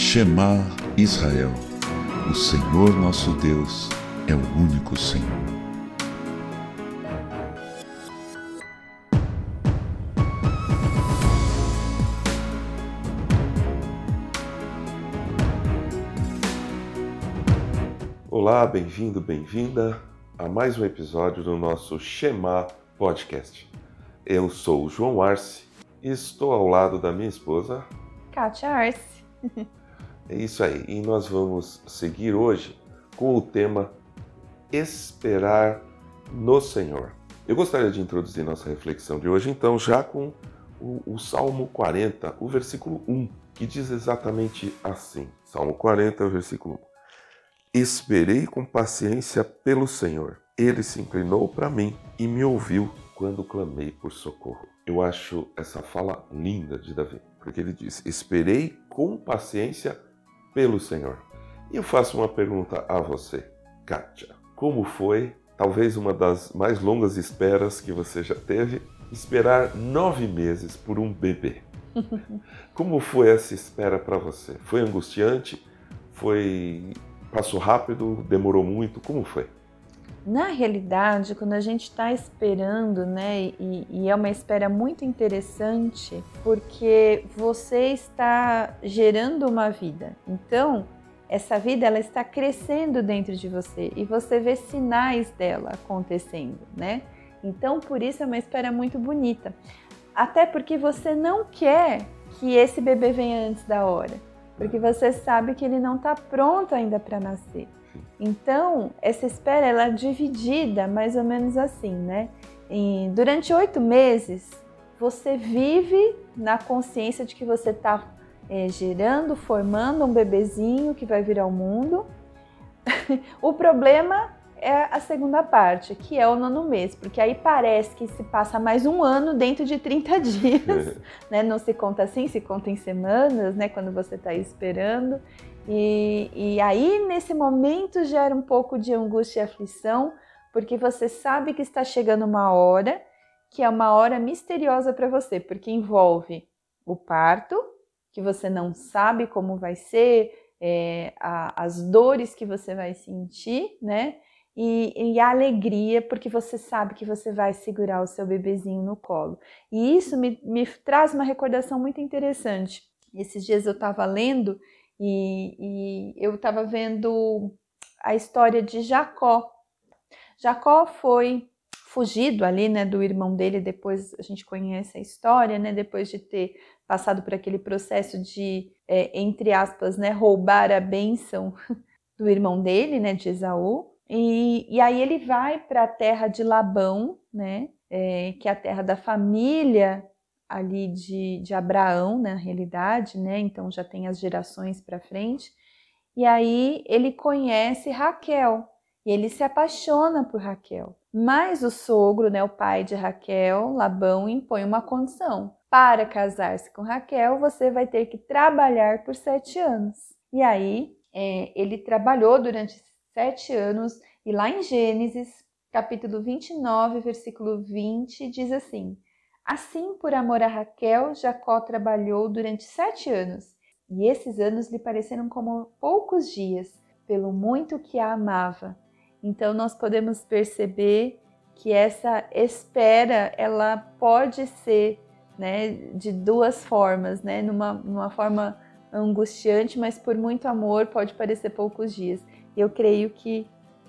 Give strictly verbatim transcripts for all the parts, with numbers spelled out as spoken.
Shema Israel, o Senhor nosso Deus é o único Senhor. Olá, bem-vindo, bem-vinda a mais um episódio do nosso Shema Podcast. Eu sou o João Arce e estou ao lado da minha esposa, Kátia Arce. É isso aí, e nós vamos seguir hoje com o tema Esperar no Senhor. Eu gostaria de introduzir nossa reflexão de hoje, então, já com o, o Salmo quarenta, o versículo um, que diz exatamente assim. Salmo quarenta, versículo um. Esperei com paciência pelo Senhor. Ele se inclinou para mim e me ouviu quando clamei por socorro. Eu acho essa fala linda de Davi, porque ele diz, esperei com paciência pelo Senhor. E eu faço uma pergunta a você, Kátia. Como foi, talvez uma das mais longas esperas que você já teve, esperar nove meses por um bebê? Como foi essa espera para você? Foi angustiante? Foi... Passou rápido? Demorou muito? Como foi? Na realidade, quando a gente está esperando, né, e, e é uma espera muito interessante, porque você está gerando uma vida. Então, essa vida ela está crescendo dentro de você e você vê sinais dela acontecendo, né? Então, por isso é uma espera muito bonita. Até porque você não quer que esse bebê venha antes da hora, porque você sabe que ele não está pronto ainda para nascer. Então, essa espera ela é dividida mais ou menos assim, né? E durante oito meses, você vive na consciência de que você está é, gerando, formando um bebezinho que vai vir ao mundo. O problema é a segunda parte, que é o nono mês, porque aí parece que se passa mais um ano dentro de trinta dias, né? Não se conta assim, se conta em semanas, né? Quando você está esperando. E, e aí, nesse momento, gera um pouco de angústia e aflição, porque você sabe que está chegando uma hora, que é uma hora misteriosa para você, porque envolve o parto, que você não sabe como vai ser, é, a, as dores que você vai sentir, né? E, e a alegria, porque você sabe que você vai segurar o seu bebezinho no colo. E isso me, me traz uma recordação muito interessante. Esses dias eu estava lendo e, e eu estava vendo a história de Jacó. Jacó foi fugido ali, né, do irmão dele, depois a gente conhece a história, né, depois de ter passado por aquele processo de, é, entre aspas, né, roubar a bênção do irmão dele, né, de Esaú. E, e aí ele vai para a terra de Labão, né, é, que é a terra da família ali de, de Abraão, na realidade, né, então já tem as gerações para frente. E aí ele conhece Raquel e ele se apaixona por Raquel. Mas o sogro, né, o pai de Raquel, Labão, impõe uma condição. Para casar-se com Raquel, você vai ter que trabalhar por sete anos. E aí é, ele trabalhou durante sete anos, e lá em Gênesis, capítulo vinte e nove, versículo vinte, diz assim, assim, por amor a Raquel, Jacó trabalhou durante sete anos, e esses anos lhe pareceram como poucos dias, pelo muito que a amava. Então, nós podemos perceber que essa espera, ela pode ser, né, de duas formas, né, numa, numa forma angustiante, mas por muito amor pode parecer poucos dias. Eu creio que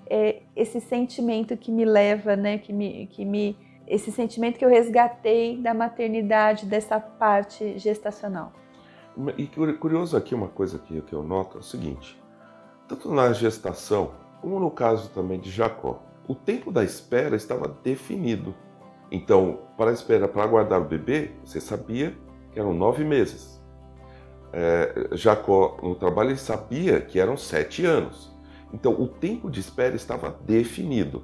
é esse sentimento que me leva, né, que me, que me, esse sentimento que eu resgatei da maternidade, dessa parte gestacional. E curioso aqui, uma coisa que, que eu noto é o seguinte, tanto na gestação, como no caso também de Jacó, o tempo da espera estava definido. Então, para a espera, para aguardar o bebê, você sabia que eram nove meses. É, Jacó, no trabalho, ele sabia que eram sete anos. Então, o tempo de espera estava definido.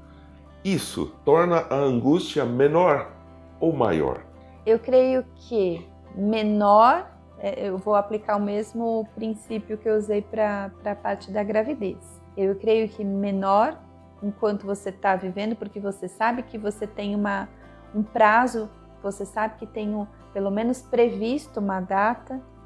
Isso torna a angústia menor ou maior? Eu creio que menor, eu vou aplicar o mesmo princípio que eu usei para a parte da gravidez. Eu creio que menor enquanto você está vivendo, porque você sabe que você tem uma, um prazo, você sabe que tem um, pelo menos previsto uma data,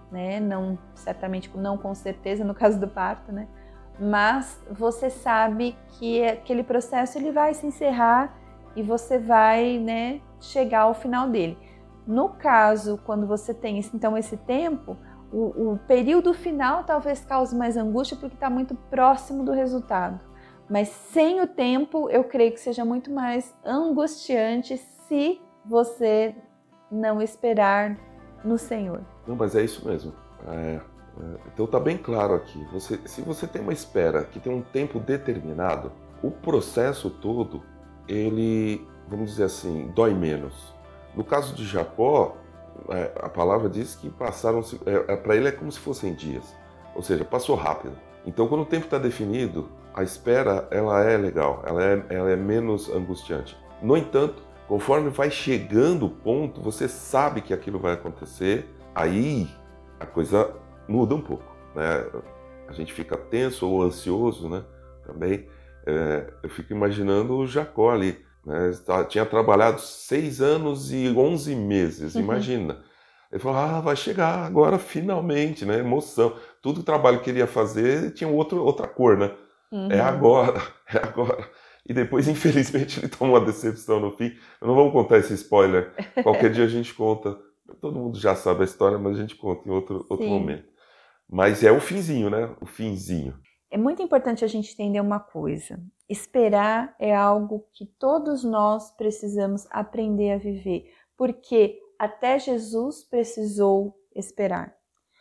né? Não, certamente não com certeza no caso do parto, né? Mas você sabe que aquele processo ele vai se encerrar e você vai, né, chegar ao final dele. No caso, quando você tem então esse tempo, o, o período final talvez cause mais angústia porque está muito próximo do resultado. Mas sem o tempo, eu creio que seja muito mais angustiante se você não esperar no Senhor. Não, mas é isso mesmo. É, é, então tá bem claro aqui. Você, se você tem uma espera que tem um tempo determinado, o processo todo, ele, vamos dizer assim, dói menos. No caso de Jacó, é, a palavra diz que passaram, é, para ele é como se fossem dias. Ou seja, passou rápido. Então quando o tempo está definido, a espera ela é legal, ela é, ela é menos angustiante. No entanto, conforme vai chegando o ponto, você sabe que aquilo vai acontecer, aí a coisa muda um pouco, né? A gente fica tenso ou ansioso, né? Também. É, eu fico imaginando o Jacó ali, né? Tinha trabalhado seis anos e onze meses, uhum. Imagina. Ele falou, ah, vai chegar agora finalmente, né? Emoção. Tudo o trabalho que ele ia fazer tinha outro, outra cor, né? Uhum. É agora, é agora. E depois, infelizmente, ele toma uma decepção no fim. Não vamos contar esse spoiler. Qualquer dia a gente conta. Todo mundo já sabe a história, mas a gente conta em outro, outro momento. Mas é o finzinho, né? O finzinho. É muito importante a gente entender uma coisa. Esperar é algo que todos nós precisamos aprender a viver. Porque até Jesus precisou esperar.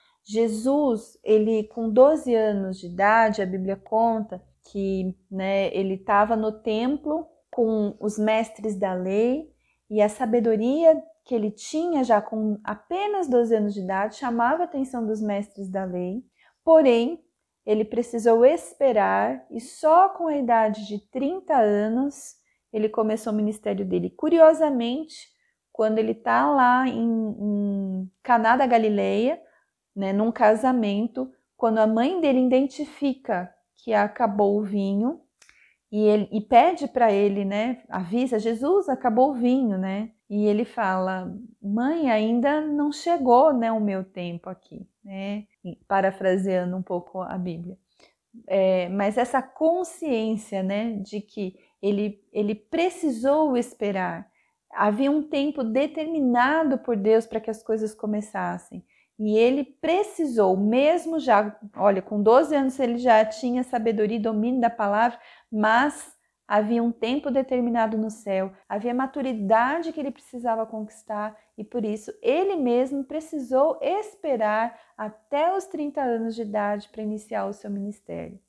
Jesus, ele com doze anos de idade, a Bíblia conta que, né, ele estava no templo com os mestres da lei e a sabedoria que ele tinha já com apenas doze anos de idade chamava a atenção dos mestres da lei, porém ele precisou esperar e só com a idade de trinta anos ele começou o ministério dele. Curiosamente, quando ele está lá em, em Caná da Galileia, né, num casamento, quando a mãe dele identifica que acabou o vinho e, ele, e pede para ele, né, avisa, Jesus, acabou o vinho, né? E ele fala, mãe, ainda não chegou, né, o meu tempo aqui, né? Parafraseando um pouco a Bíblia. É, mas essa consciência, né, de que ele, ele precisou esperar. Havia um tempo determinado por Deus para que as coisas começassem. E ele precisou, mesmo já, olha, com doze anos ele já tinha sabedoria e domínio da palavra, mas havia um tempo determinado no céu, havia maturidade que ele precisava conquistar e por isso ele mesmo precisou esperar até os trinta anos de idade para iniciar o seu ministério.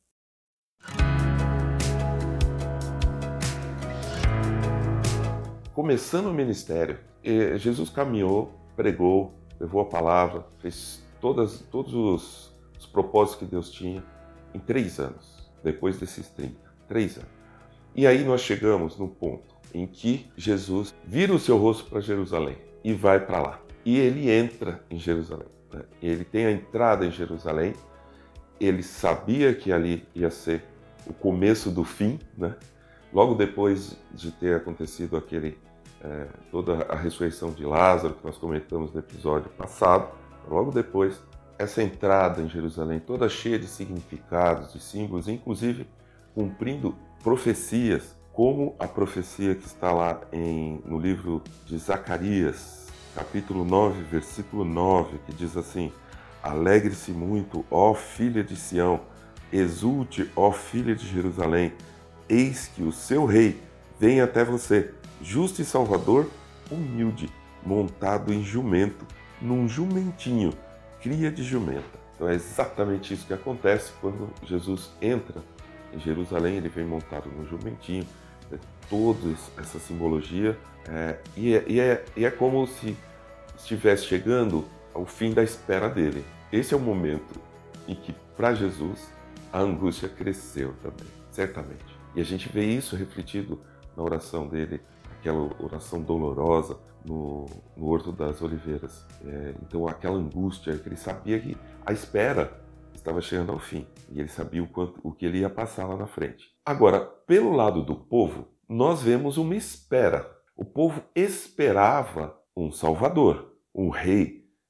Começando o ministério, Jesus caminhou, pregou, levou a palavra, fez todas, todos os, os propósitos que Deus tinha em três anos, depois desses trinta, três anos. E aí nós chegamos no ponto em que Jesus vira o seu rosto para Jerusalém e vai para lá. E ele entra em Jerusalém. Né? Ele tem a entrada em Jerusalém, ele sabia que ali ia ser o começo do fim, né? Logo depois de ter acontecido aquele, é, toda a ressurreição de Lázaro, que nós comentamos no episódio passado, logo depois, essa entrada em Jerusalém toda cheia de significados, de símbolos, inclusive cumprindo profecias, como a profecia que está lá em, no livro de Zacarias, capítulo nove, versículo nove, que diz assim: alegre-se muito, ó filha de Sião, exulte, ó filha de Jerusalém, eis que o seu rei vem até você, justo e salvador, humilde, montado em jumento, num jumentinho, cria de jumenta. Então é exatamente isso que acontece quando Jesus entra em Jerusalém, ele vem montado num jumentinho, é, toda essa simbologia, é, e, é, e, é, e é como se estivesse chegando ao fim da espera dele. Esse é o momento em que, para Jesus, a angústia cresceu também, certamente. E a gente vê isso refletido na oração dele, aquela oração dolorosa no, no Horto das Oliveiras. É, então, aquela angústia, que ele sabia que a espera estava chegando ao fim. E ele sabia o, quanto, o que ele ia passar lá na frente. Agora, pelo lado do povo, nós vemos uma espera. O povo esperava um Salvador, um rei,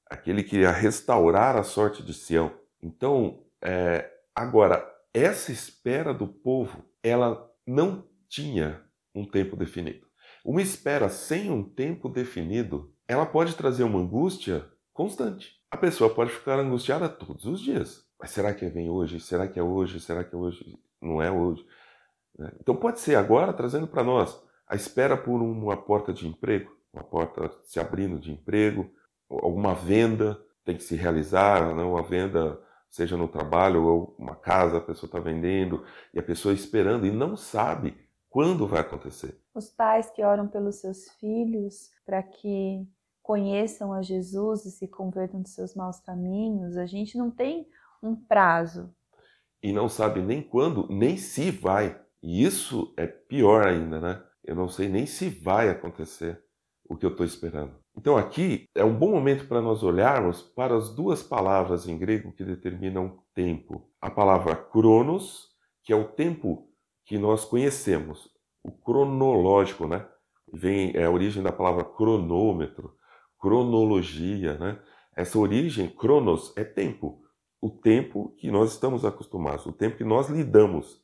aquele que ia restaurar a sorte de Sião. Então, é, agora, essa espera do povo, ela não tinha um tempo definido. Uma espera sem um tempo definido, ela pode trazer uma angústia constante. A pessoa pode ficar angustiada todos os dias. Mas será que vem hoje? Será que é hoje? Será que é hoje? Não é hoje? Então pode ser agora trazendo para nós a espera por uma porta de emprego, uma porta se abrindo de emprego, alguma venda tem que se realizar, não uma venda seja no trabalho ou uma casa a pessoa está vendendo e a pessoa esperando e não sabe quando vai acontecer. Os pais que oram pelos seus filhos para que conheçam a Jesus e se convertam dos seus maus caminhos, a gente não tem um prazo. E não sabe nem quando, nem se vai. E isso é pior ainda, né? Eu não sei nem se vai acontecer o que eu estou esperando. Então aqui é um bom momento para nós olharmos para as duas palavras em grego que determinam tempo. A palavra cronos, que é o tempo que nós conhecemos, o cronológico, né? Vem, é a origem da palavra cronômetro, cronologia, né? Essa origem, cronos, é tempo. O tempo que nós estamos acostumados, o tempo que nós lidamos.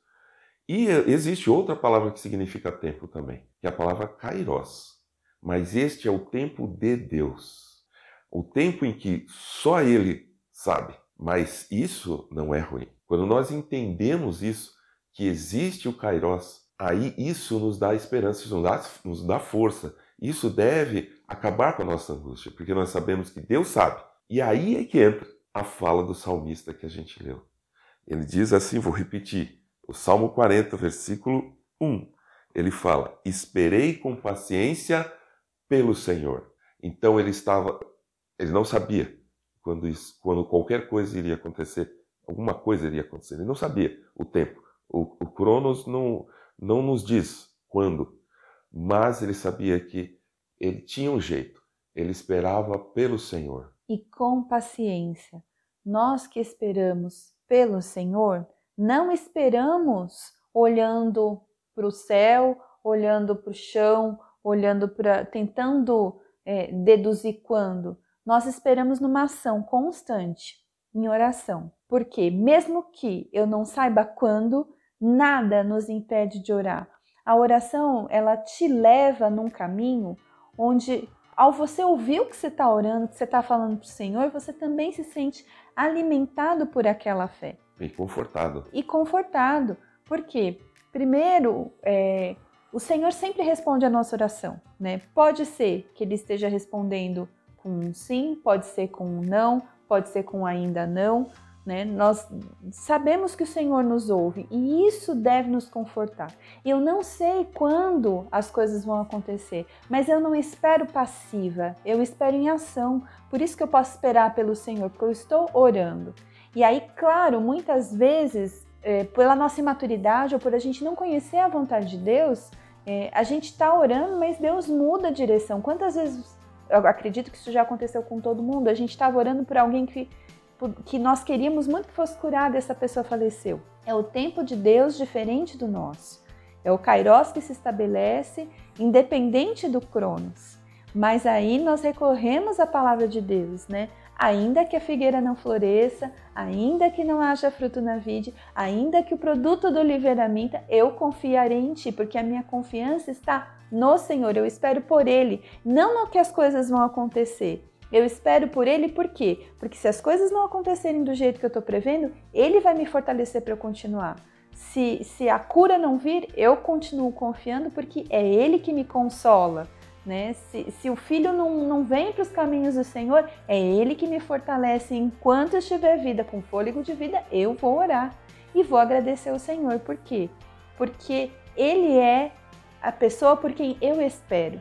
E existe outra palavra que significa tempo também, que é a palavra kairos. Mas este é o tempo de Deus. O tempo em que só Ele sabe. Mas isso não é ruim. Quando nós entendemos isso, que existe o kairos, aí isso nos dá esperança, isso nos dá, nos dá força. Isso deve acabar com a nossa angústia, porque nós sabemos que Deus sabe. E aí é que entra a fala do salmista que a gente leu. Ele diz assim, vou repetir, o Salmo quarenta, versículo um. Ele fala, esperei com paciência pelo Senhor. Então ele estava, ele não sabia quando, isso, quando qualquer coisa iria acontecer, alguma coisa iria acontecer. Ele não sabia o tempo. O, o Cronos não, não nos diz quando, mas ele sabia que ele tinha um jeito. Ele esperava pelo Senhor. E com paciência, nós que esperamos pelo Senhor, não esperamos olhando para o céu, olhando para o chão, olhando para, tentando é, deduzir quando. Nós esperamos numa ação constante, em oração. Porque mesmo que eu não saiba quando, nada nos impede de orar. A oração, ela te leva num caminho onde, ao você ouvir o que você está orando, o que você está falando para o Senhor, você também se sente alimentado por aquela fé. E confortado. E confortado. Por quê? Primeiro, é, o Senhor sempre responde a nossa oração, né? Pode ser que Ele esteja respondendo com um sim, pode ser com um não, pode ser com um ainda não, né? Nós sabemos que o Senhor nos ouve e isso deve nos confortar. Eu não sei quando as coisas vão acontecer, mas eu não espero passiva, eu espero em ação. Por isso que eu posso esperar pelo Senhor, porque eu estou orando. E aí, claro, muitas vezes, é, pela nossa imaturidade ou por a gente não conhecer a vontade de Deus, é, a gente está orando, mas Deus muda a direção. Quantas vezes, eu acredito que isso já aconteceu com todo mundo, a gente estava orando por alguém que, que nós queríamos muito que fosse curado e essa pessoa faleceu. É o tempo de Deus diferente do nosso. É o kairos que se estabelece independente do cronos. Mas aí nós recorremos à palavra de Deus, né? Ainda que a figueira não floresça, ainda que não haja fruto na vide, ainda que o produto do oliveira minta, eu confiarei em Ti, porque a minha confiança está no Senhor. Eu espero por Ele, não no que as coisas vão acontecer. Eu espero por Ele por quê? Porque se as coisas não acontecerem do jeito que eu estou prevendo, Ele vai me fortalecer para eu continuar. Se, se a cura não vir, eu continuo confiando porque é Ele que me consola. Né? Se, se o filho não, não vem para os caminhos do Senhor, é Ele que me fortalece. Enquanto eu estiver vida, com fôlego de vida, eu vou orar e vou agradecer ao Senhor. Por quê? Porque Ele é a pessoa por quem eu espero.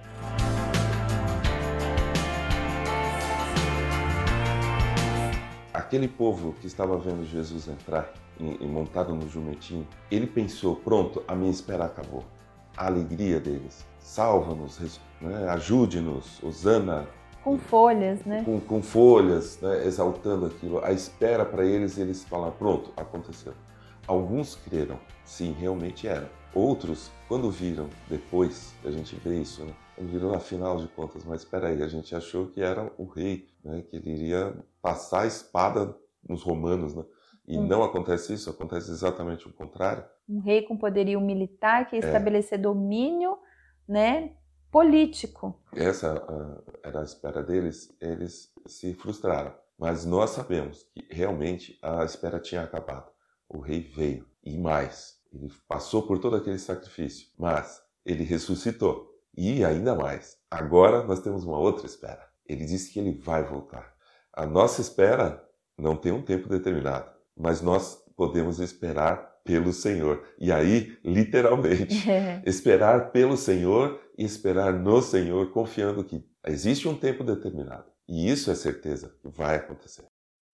Aquele povo que estava vendo Jesus entrar e, e montado no jumentinho, ele pensou, pronto, a minha espera acabou. A alegria deles. Salva-nos, né? Ajude-nos, Hosana. Com folhas, né? Com, com folhas, né? Exaltando aquilo. A espera para eles, eles falaram, pronto, aconteceu. Alguns creram, sim, realmente era. Outros, quando viram, depois a gente vê isso, né? Quando viram afinal de contas, mas espera aí, a gente achou que era o rei, né? Que ele iria passar a espada nos romanos, né? E Hum. não acontece isso, acontece exatamente o contrário. Um rei com poderio militar que ia É. estabelecer domínio, né, político. Essa uh, era a espera deles, eles se frustraram. Mas nós sabemos que realmente a espera tinha acabado. O rei veio, e mais, ele passou por todo aquele sacrifício, mas ele ressuscitou. E ainda mais, agora nós temos uma outra espera. Ele disse que ele vai voltar. A nossa espera não tem um tempo determinado, mas nós podemos esperar pelo Senhor. E aí, literalmente, esperar pelo Senhor e esperar no Senhor, confiando que existe um tempo determinado. E isso é certeza que vai acontecer.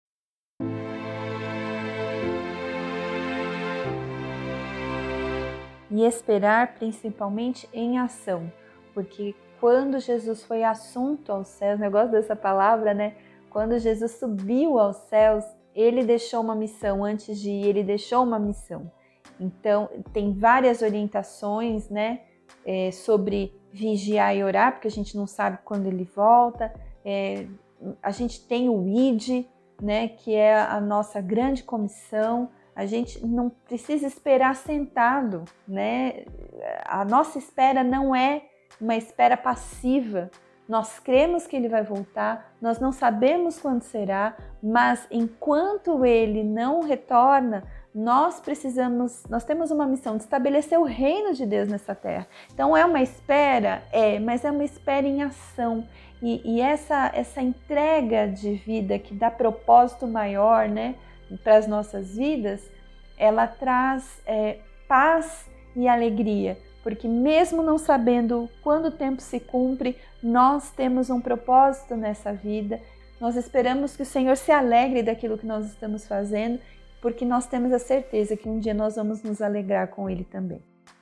E esperar principalmente em ação, porque quando Jesus foi assunto aos céus, negócio dessa palavra, né? Quando Jesus subiu aos céus, ele deixou uma missão, antes de ir, ele deixou uma missão. Então, tem várias orientações, né, é, sobre vigiar e orar, porque a gente não sabe quando ele volta. É, a gente tem o I D, né, que é a nossa grande comissão. A gente não precisa esperar sentado, né? A nossa espera não é uma espera passiva. Nós cremos que ele vai voltar, nós não sabemos quando será, mas enquanto ele não retorna, nós precisamos, nós temos uma missão de estabelecer o reino de Deus nessa terra. Então é uma espera? É, mas é uma espera em ação. E, e essa, essa entrega de vida que dá propósito maior, né, para as nossas vidas, ela traz é, paz e alegria. Porque mesmo não sabendo quando o tempo se cumpre, nós temos um propósito nessa vida. Nós esperamos que o Senhor se alegre daquilo que nós estamos fazendo, porque nós temos a certeza que um dia nós vamos nos alegrar com Ele também.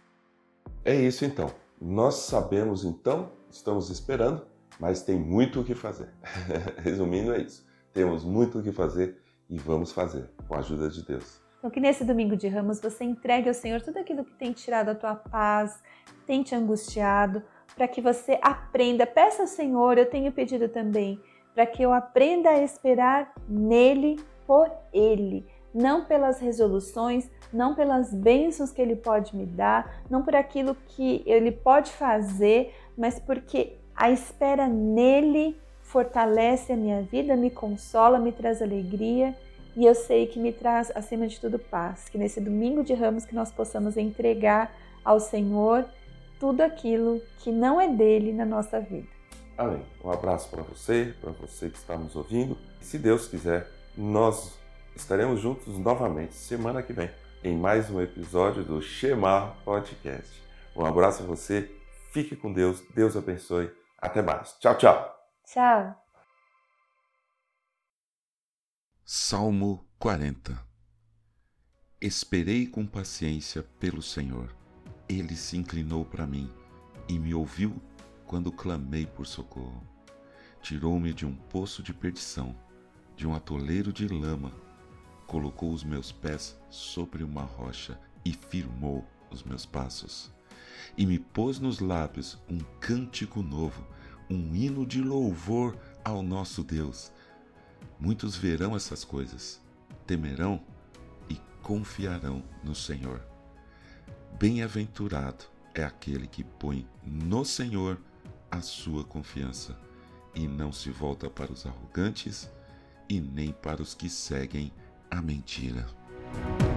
É isso então. Nós sabemos então, estamos esperando, mas tem muito o que fazer. Resumindo, é isso. Temos muito o que fazer e vamos fazer, com a ajuda de Deus. Então, que nesse domingo de Ramos você entregue ao Senhor tudo aquilo que tem tirado a tua paz, tem te angustiado, para que você aprenda. Peça ao Senhor, eu tenho pedido também, para que eu aprenda a esperar nele, por Ele. Não pelas resoluções, não pelas bênçãos que Ele pode me dar, não por aquilo que Ele pode fazer, mas porque a espera nele fortalece a minha vida, me consola, me traz alegria. E eu sei que me traz, acima de tudo, paz. Que nesse domingo de Ramos que nós possamos entregar ao Senhor tudo aquilo que não é dele na nossa vida. Amém. Um abraço para você, para você que está nos ouvindo. Se Deus quiser, nós estaremos juntos novamente semana que vem em mais um episódio do Shema Podcast. Um abraço a você, fique com Deus, Deus abençoe. Até mais. Tchau, tchau. Tchau. Salmo quarenta. Esperei com paciência pelo Senhor. Ele se inclinou para mim e me ouviu quando clamei por socorro. Tirou-me de um poço de perdição, de um atoleiro de lama. Colocou os meus pés sobre uma rocha e firmou os meus passos. E me pôs nos lábios um cântico novo, um hino de louvor ao nosso Deus. Muitos verão essas coisas, temerão e confiarão no Senhor. Bem-aventurado é aquele que põe no Senhor a sua confiança e não se volta para os arrogantes e nem para os que seguem a mentira.